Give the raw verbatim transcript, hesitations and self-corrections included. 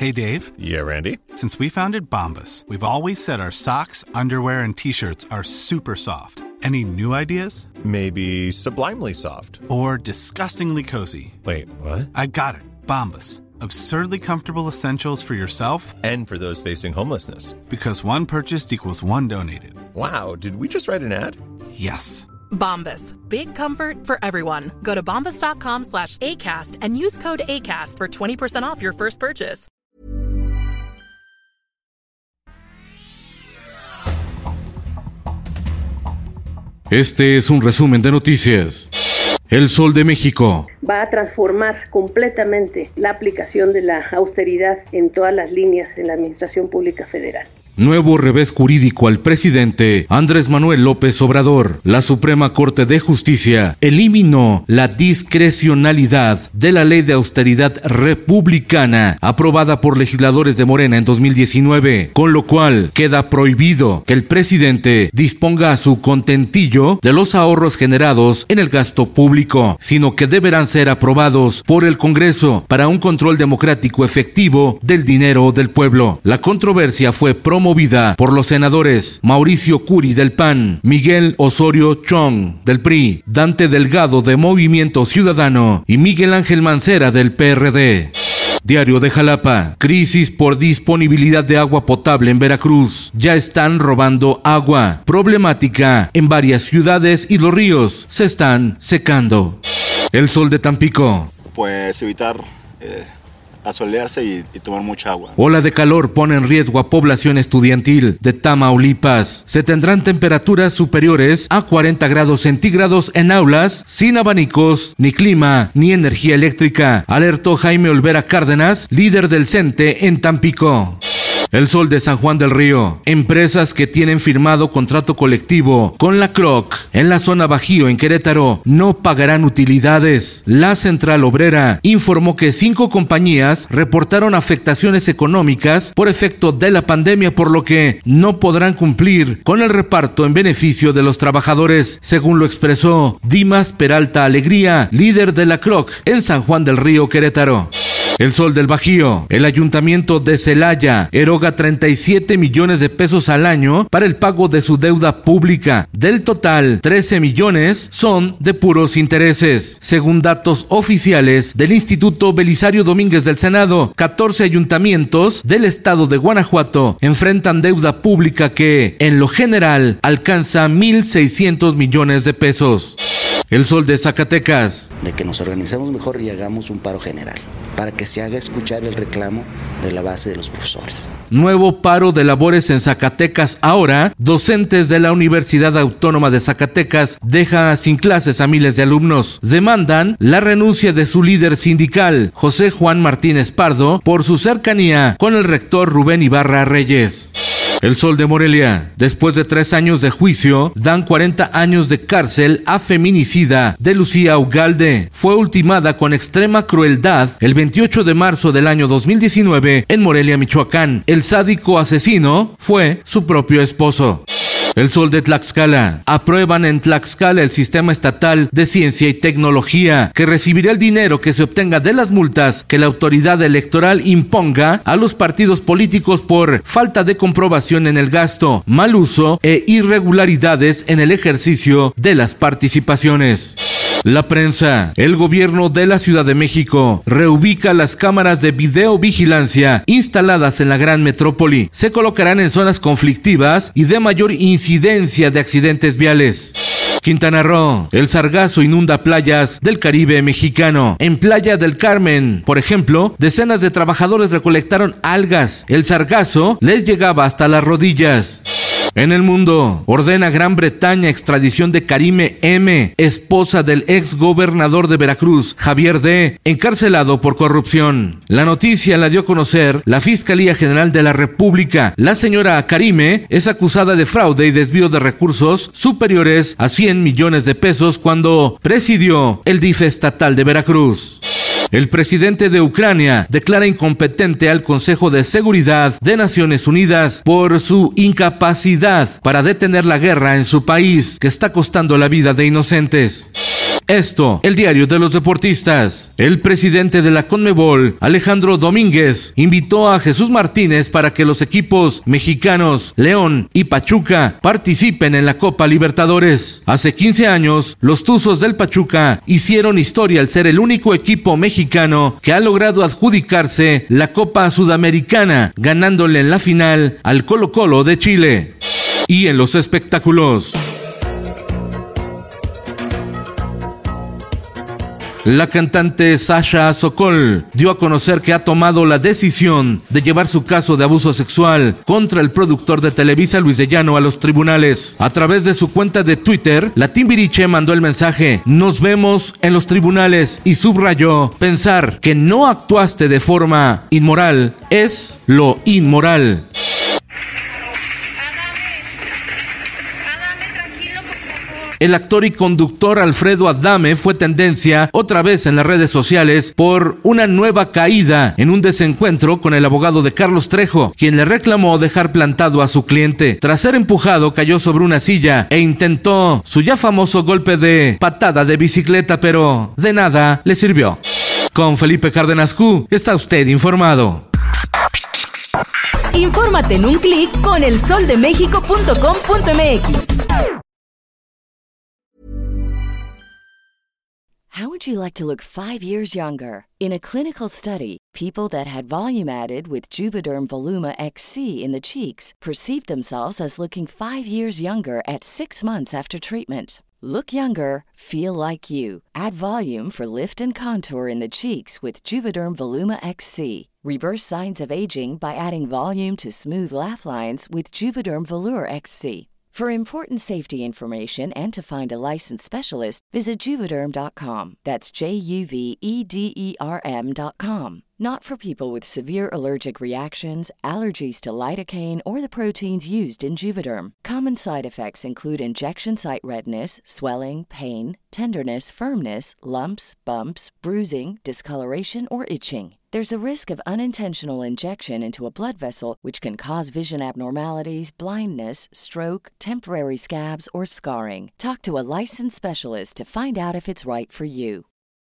Hey, Dave. Yeah, Randy? Since we founded Bombas, we've always said our socks, underwear, and T-shirts are super soft. Any new ideas? Maybe sublimely soft. Or disgustingly cozy. Wait, what? I got it. Bombas. Absurdly comfortable essentials for yourself and for those facing homelessness. Because one purchased equals one donated. Wow, did we just write an ad? Yes. Bombas. Big comfort for everyone. Go to bombas.com slash ACAST and use code ACAST for twenty percent off your first purchase. Este es un resumen de noticias. El Sol de México. Va a transformar completamente la aplicación de la austeridad en todas las líneas en la Administración Pública Federal. Nuevo revés jurídico al presidente Andrés Manuel López Obrador. La Suprema Corte de Justicia eliminó la discrecionalidad de la Ley de Austeridad Republicana aprobada por legisladores de Morena en dos mil diecinueve, con lo cual queda prohibido que el presidente disponga a su contentillo de los ahorros generados en el gasto público, sino que deberán ser aprobados por el Congreso para un control democrático efectivo del dinero del pueblo. La controversia fue promovida movida por los senadores Mauricio Curi del P A N, Miguel Osorio Chong del P R I, Dante Delgado de Movimiento Ciudadano y Miguel Ángel Mancera del P R D. Diario de Jalapa. Crisis por disponibilidad de agua potable en Veracruz. Ya están robando agua. Problemática en varias ciudades y los ríos se están secando. El Sol de Tampico. Pues evitar eh, asolearse y, y tomar mucha agua. Ola de calor pone en riesgo a población estudiantil de Tamaulipas. Se tendrán temperaturas superiores a cuarenta grados centígrados en aulas sin abanicos, ni clima, ni energía eléctrica, alertó Jaime Olvera Cárdenas, líder del CENTE en Tampico. El Sol de San Juan del Río. Empresas que tienen firmado contrato colectivo con la C R O C en la zona Bajío en Querétaro no pagarán utilidades. La Central Obrera informó que cinco compañías reportaron afectaciones económicas por efecto de la pandemia, por lo que no podrán cumplir con el reparto en beneficio de los trabajadores, según lo expresó Dimas Peralta Alegría, líder de la C R O C en San Juan del Río, Querétaro. El Sol del Bajío. El Ayuntamiento de Celaya eroga treinta y siete millones de pesos al año para el pago de su deuda pública. Del total, trece millones son de puros intereses. Según datos oficiales del Instituto Belisario Domínguez del Senado, catorce ayuntamientos del estado de Guanajuato enfrentan deuda pública que, en lo general, alcanza mil seiscientos millones de pesos. El Sol de Zacatecas. De que nos organicemos mejor y hagamos un paro general, para que se haga escuchar el reclamo de la base de los profesores. Nuevo paro de labores en Zacatecas ahora. Docentes de la Universidad Autónoma de Zacatecas deja sin clases a miles de alumnos. Demandan la renuncia de su líder sindical, José Juan Martínez Pardo, por su cercanía con el rector Rubén Ibarra Reyes. El Sol de Morelia. Después de tres años de juicio, dan cuarenta años de cárcel a feminicida de Lucía Ugalde. Fue ultimada con extrema crueldad el veintiocho de marzo del año dos mil diecinueve en Morelia, Michoacán. El sádico asesino fue su propio esposo. El Sol de Tlaxcala. Aprueban en Tlaxcala el Sistema Estatal de Ciencia y Tecnología, que recibirá el dinero que se obtenga de las multas que la autoridad electoral imponga a los partidos políticos por falta de comprobación en el gasto, mal uso e irregularidades en el ejercicio de las participaciones. La prensa. El gobierno de la Ciudad de México reubica las cámaras de videovigilancia instaladas en la gran metrópoli. Se colocarán en zonas conflictivas y de mayor incidencia de accidentes viales. Quintana Roo. El sargazo inunda playas del Caribe mexicano. En Playa del Carmen, por ejemplo, decenas de trabajadores recolectaron algas. El sargazo les llegaba hasta las rodillas. En el mundo, ordena Gran Bretaña extradición de Karime M., esposa del ex gobernador de Veracruz, Javier D., encarcelado por corrupción. La noticia la dio a conocer la Fiscalía General de la República. La señora Karime es acusada de fraude y desvío de recursos superiores a cien millones de pesos cuando presidió el D I F estatal de Veracruz. El presidente de Ucrania declara incompetente al Consejo de Seguridad de Naciones Unidas por su incapacidad para detener la guerra en su país, que está costando la vida de inocentes. Esto, el diario de los deportistas. El presidente de la Conmebol, Alejandro Domínguez, invitó a Jesús Martínez para que los equipos mexicanos León y Pachuca participen en la Copa Libertadores. Hace quince años, los Tuzos del Pachuca hicieron historia al ser el único equipo mexicano que ha logrado adjudicarse la Copa Sudamericana, ganándole en la final al Colo-Colo de Chile. Y en los espectáculos, la cantante Sasha Sokol dio a conocer que ha tomado la decisión de llevar su caso de abuso sexual contra el productor de Televisa, Luis de Llano, a los tribunales. A través de su cuenta de Twitter, la Timbiriche mandó el mensaje: "Nos vemos en los tribunales", y subrayó: "Pensar que no actuaste de forma inmoral es lo inmoral". El actor y conductor Alfredo Adame fue tendencia otra vez en las redes sociales por una nueva caída en un desencuentro con el abogado de Carlos Trejo, quien le reclamó dejar plantado a su cliente. Tras ser empujado, cayó sobre una silla e intentó su ya famoso golpe de patada de bicicleta, pero de nada le sirvió. Con Felipe Cárdenas Q, está usted informado. Infórmate en un clic con el sol de méxico punto com punto m x. How would you like to look five years younger? In a clinical study, people that had volume added with Juvederm Voluma X C in the cheeks perceived themselves as looking five years younger at six months after treatment. Look younger, feel like you. Add volume for lift and contour in the cheeks with Juvederm Voluma X C. Reverse signs of aging by adding volume to smooth laugh lines with Juvederm Volure X C. For important safety information and to find a licensed specialist, visit Juvederm dot com. That's J U V E D E R M dot com. Not for people with severe allergic reactions, allergies to lidocaine, or the proteins used in Juvederm. Common side effects include injection site redness, swelling, pain, tenderness, firmness, lumps, bumps, bruising, discoloration, or itching. There's a risk of unintentional injection into a blood vessel, which can cause vision abnormalities, blindness, stroke, temporary scabs, or scarring. Talk to a licensed specialist to find out if it's right for you.